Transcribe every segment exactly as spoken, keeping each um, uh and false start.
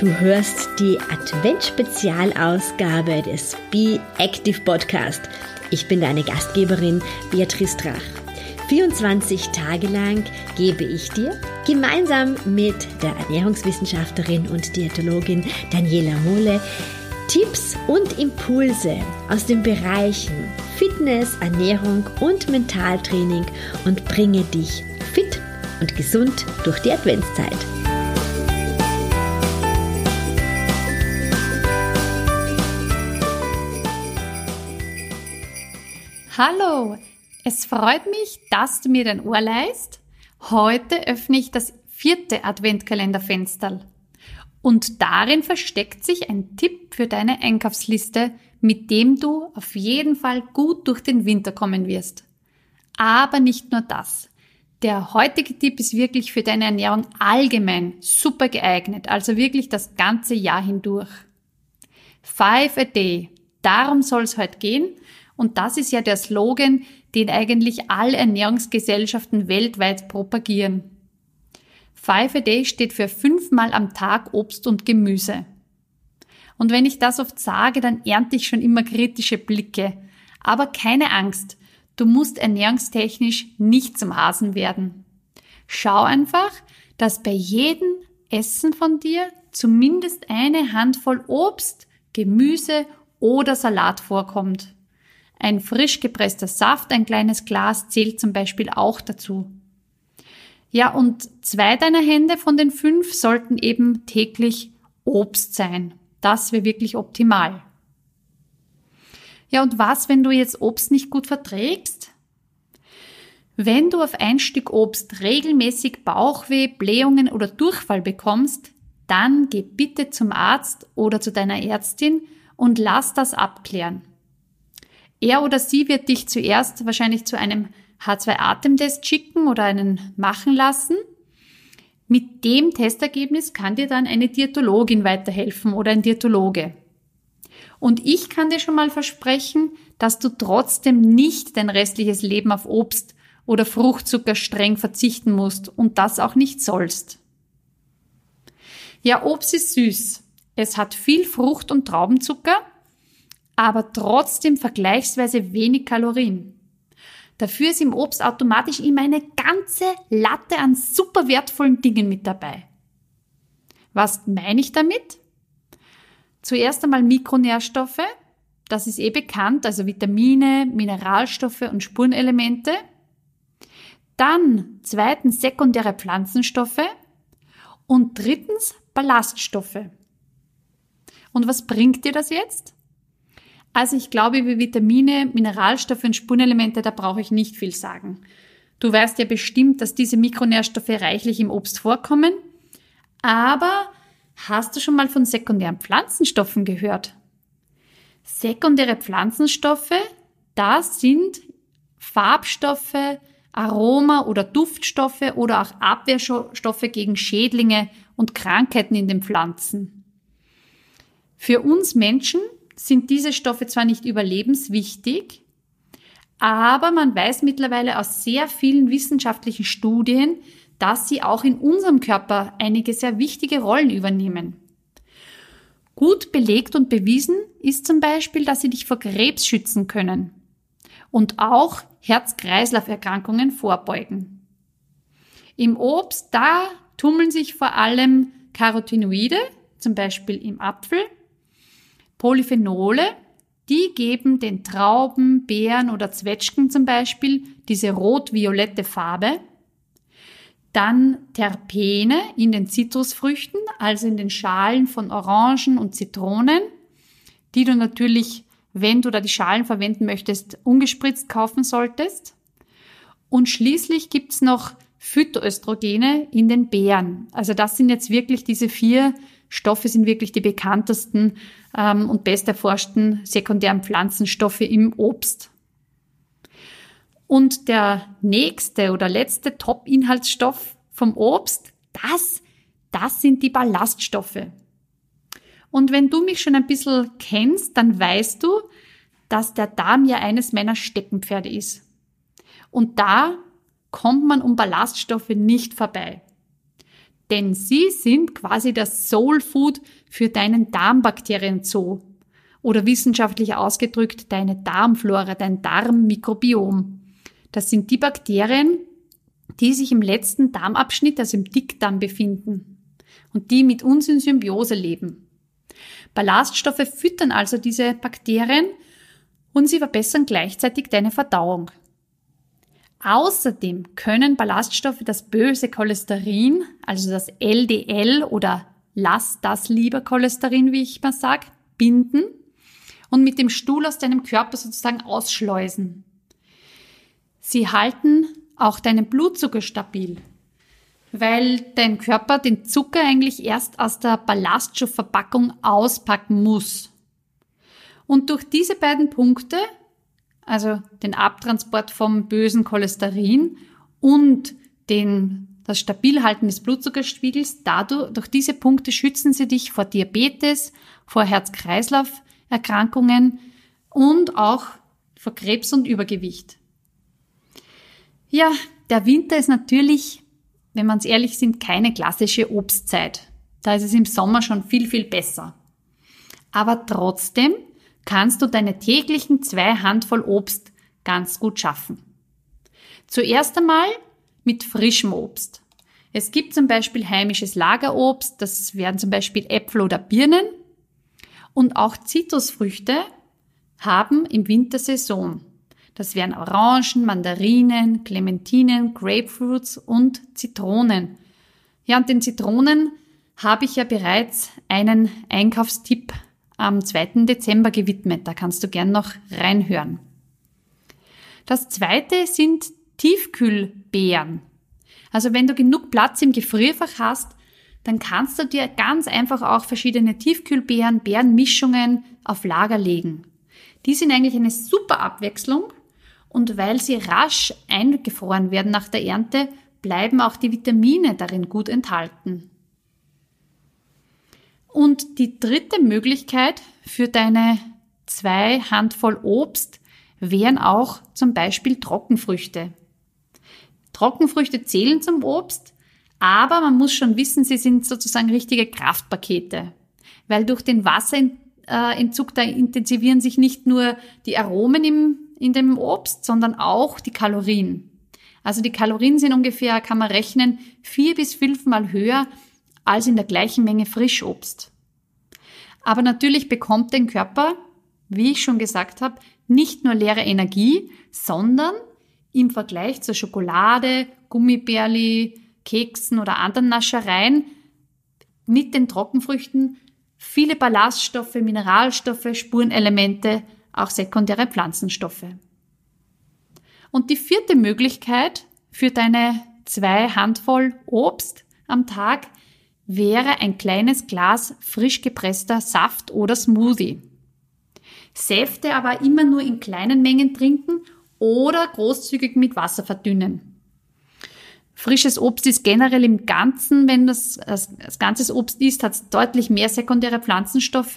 Du hörst die Advent-Spezialausgabe des Be Active Podcast. Ich bin deine Gastgeberin Beatrice Drach. vierundzwanzig Tage lang gebe ich dir gemeinsam mit der Ernährungswissenschaftlerin und Diätologin Daniela Mohle Tipps und Impulse aus den Bereichen Fitness, Ernährung und Mentaltraining und bringe dich fit und gesund durch die Adventszeit. Hallo, es freut mich, dass du mir dein Ohr leihst. Heute öffne ich das vierte Adventkalenderfensterl. Und darin versteckt sich ein Tipp für deine Einkaufsliste, mit dem du auf jeden Fall gut durch den Winter kommen wirst. Aber nicht nur das. Der heutige Tipp ist wirklich für deine Ernährung allgemein super geeignet, also wirklich das ganze Jahr hindurch. Five a day, darum soll es heute gehen. Und das ist ja der Slogan, den eigentlich alle Ernährungsgesellschaften weltweit propagieren. Five a day steht für fünfmal am Tag Obst und Gemüse. Und wenn ich das oft sage, dann ernte ich schon immer kritische Blicke. Aber keine Angst, du musst ernährungstechnisch nicht zum Hasen werden. Schau einfach, dass bei jedem Essen von dir zumindest eine Handvoll Obst, Gemüse oder Salat vorkommt. Ein frisch gepresster Saft, ein kleines Glas zählt zum Beispiel auch dazu. Ja, und zwei deiner Hände von den fünf sollten eben täglich Obst sein. Das wäre wirklich optimal. Ja, und was, wenn du jetzt Obst nicht gut verträgst? Wenn du auf ein Stück Obst regelmäßig Bauchweh, Blähungen oder Durchfall bekommst, dann geh bitte zum Arzt oder zu deiner Ärztin und lass das abklären. Er oder sie wird dich zuerst wahrscheinlich zu einem H zwei Atemtest schicken oder einen machen lassen. Mit dem Testergebnis kann dir dann eine Diätologin weiterhelfen oder ein Diätologe. Und ich kann dir schon mal versprechen, dass du trotzdem nicht dein restliches Leben auf Obst oder Fruchtzucker streng verzichten musst und das auch nicht sollst. Ja, Obst ist süß. Es hat viel Frucht- und Traubenzucker, aber trotzdem vergleichsweise wenig Kalorien. Dafür ist im Obst automatisch immer eine ganze Latte an super wertvollen Dingen mit dabei. Was meine ich damit? Zuerst einmal Mikronährstoffe, das ist eh bekannt, also Vitamine, Mineralstoffe und Spurenelemente. Dann zweitens sekundäre Pflanzenstoffe und drittens Ballaststoffe. Und was bringt dir das jetzt? Also ich glaube, über Vitamine, Mineralstoffe und Spurenelemente, da brauche ich nicht viel sagen. Du weißt ja bestimmt, dass diese Mikronährstoffe reichlich im Obst vorkommen. Aber hast du schon mal von sekundären Pflanzenstoffen gehört? Sekundäre Pflanzenstoffe, das sind Farbstoffe, Aroma- oder Duftstoffe oder auch Abwehrstoffe gegen Schädlinge und Krankheiten in den Pflanzen. Für uns Menschen sind diese Stoffe zwar nicht überlebenswichtig, aber man weiß mittlerweile aus sehr vielen wissenschaftlichen Studien, dass sie auch in unserem Körper einige sehr wichtige Rollen übernehmen. Gut belegt und bewiesen ist zum Beispiel, dass sie dich vor Krebs schützen können und auch Herz-Kreislauf-Erkrankungen vorbeugen. Im Obst, da tummeln sich vor allem Carotinoide, zum Beispiel im Apfel, Polyphenole, die geben den Trauben, Beeren oder Zwetschgen zum Beispiel diese rot-violette Farbe. Dann Terpene in den Zitrusfrüchten, also in den Schalen von Orangen und Zitronen, die du natürlich, wenn du da die Schalen verwenden möchtest, ungespritzt kaufen solltest. Und schließlich gibt's noch Phytoöstrogene in den Beeren. Also das sind jetzt wirklich diese vier Stoffe, sind wirklich die bekanntesten ähm, und best erforschten sekundären Pflanzenstoffe im Obst. Und der nächste oder letzte Top-Inhaltsstoff vom Obst, das, das sind die Ballaststoffe. Und wenn du mich schon ein bisschen kennst, dann weißt du, dass der Darm ja eines meiner Steckenpferde ist. Und da kommt man um Ballaststoffe nicht vorbei. denn sie sind quasi das Soul Food für deinen Darmbakterienzoo oder wissenschaftlich ausgedrückt deine Darmflora, dein Darmmikrobiom. Das sind die Bakterien, die sich im letzten Darmabschnitt, also im Dickdarm, befinden und die mit uns in Symbiose leben. Ballaststoffe füttern also diese Bakterien und sie verbessern gleichzeitig deine Verdauung. Außerdem können Ballaststoffe das böse Cholesterin, also das L D L oder Lass das lieber Cholesterin, wie ich mal sage, binden und mit dem Stuhl aus deinem Körper sozusagen ausschleusen. Sie halten auch deinen Blutzucker stabil, weil dein Körper den Zucker eigentlich erst aus der Ballaststoffverpackung auspacken muss. Und durch diese beiden Punkte, also den Abtransport vom bösen Cholesterin und den, das Stabilhalten des Blutzuckerspiegels, dadurch, durch diese Punkte schützen sie dich vor Diabetes, vor Herz-Kreislauf-Erkrankungen und auch vor Krebs und Übergewicht. Ja, der Winter ist natürlich, wenn wir uns ehrlich sind, keine klassische Obstzeit. Da ist es im Sommer schon viel, viel besser. Aber trotzdem kannst du deine täglichen zwei Handvoll Obst ganz gut schaffen. Zuerst einmal mit frischem Obst. Es gibt zum Beispiel heimisches Lagerobst, das wären zum Beispiel Äpfel oder Birnen. Und auch Zitrusfrüchte haben im Winter Saison. Das wären Orangen, Mandarinen, Clementinen, Grapefruits und Zitronen. Ja, und den Zitronen habe ich ja bereits einen Einkaufstipp am zweiten Dezember gewidmet. Da kannst du gern noch reinhören. Das zweite sind Tiefkühlbeeren. Also wenn du genug Platz im Gefrierfach hast, dann kannst du dir ganz einfach auch verschiedene Tiefkühlbeeren, Beerenmischungen auf Lager legen. Die sind eigentlich eine super Abwechslung und weil sie rasch eingefroren werden nach der Ernte, bleiben auch die Vitamine darin gut enthalten. Und die dritte Möglichkeit für deine zwei Handvoll Obst wären auch zum Beispiel Trockenfrüchte. Trockenfrüchte zählen zum Obst, aber man muss schon wissen, sie sind sozusagen richtige Kraftpakete, weil durch den Wasserentzug, da intensivieren sich nicht nur die Aromen im, in dem Obst, sondern auch die Kalorien. Also die Kalorien sind ungefähr, kann man rechnen, vier bis fünfmal höher als in der gleichen Menge Frischobst. Aber natürlich bekommt dein Körper, wie ich schon gesagt habe, nicht nur leere Energie, sondern im Vergleich zur Schokolade, Gummibärli, Keksen oder anderen Naschereien mit den Trockenfrüchten viele Ballaststoffe, Mineralstoffe, Spurenelemente, auch sekundäre Pflanzenstoffe. Und die vierte Möglichkeit für deine zwei Handvoll Obst am Tag wäre ein kleines Glas frisch gepresster Saft oder Smoothie. Säfte aber immer nur in kleinen Mengen trinken oder großzügig mit Wasser verdünnen. Frisches Obst ist generell im Ganzen, wenn das als, als ganzes Obst ist, hat es deutlich mehr sekundäre Pflanzenstoffe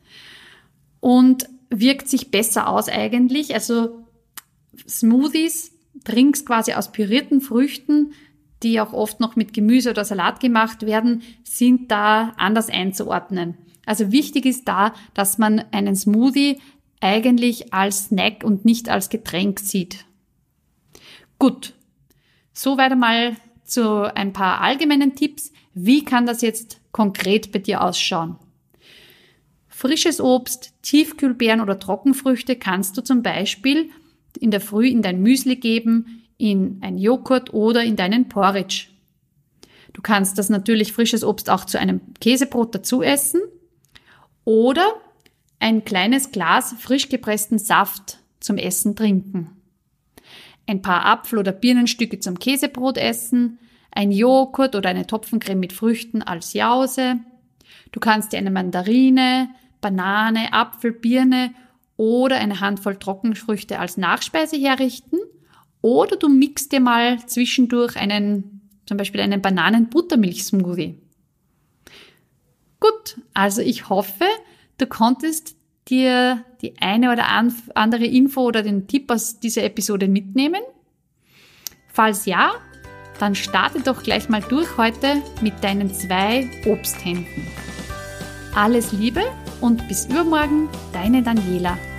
und wirkt sich besser aus eigentlich. Also Smoothies, Drinks quasi aus pürierten Früchten, die auch oft noch mit Gemüse oder Salat gemacht werden, sind da anders einzuordnen. Also wichtig ist da, dass man einen Smoothie eigentlich als Snack und nicht als Getränk sieht. Gut, soweit einmal zu ein paar allgemeinen Tipps. Wie kann das jetzt konkret bei dir ausschauen? Frisches Obst, Tiefkühlbeeren oder Trockenfrüchte kannst du zum Beispiel in der Früh in dein Müsli geben, in ein Joghurt oder in deinen Porridge. Du kannst das natürlich frisches Obst auch zu einem Käsebrot dazu essen oder ein kleines Glas frisch gepressten Saft zum Essen trinken. Ein paar Apfel- oder Birnenstücke zum Käsebrot essen, ein Joghurt oder eine Topfencreme mit Früchten als Jause. Du kannst dir eine Mandarine, Banane, Apfel, Birne oder eine Handvoll Trockenfrüchte als Nachspeise herrichten. Oder du mixt dir mal zwischendurch einen, zum Beispiel einen Bananen-Buttermilch-Smoothie. Gut, also ich hoffe, du konntest dir die eine oder andere Info oder den Tipp aus dieser Episode mitnehmen. Falls ja, Dann starte doch gleich mal durch heute mit deinen zwei Obsthänden. Alles Liebe und bis übermorgen, deine Daniela.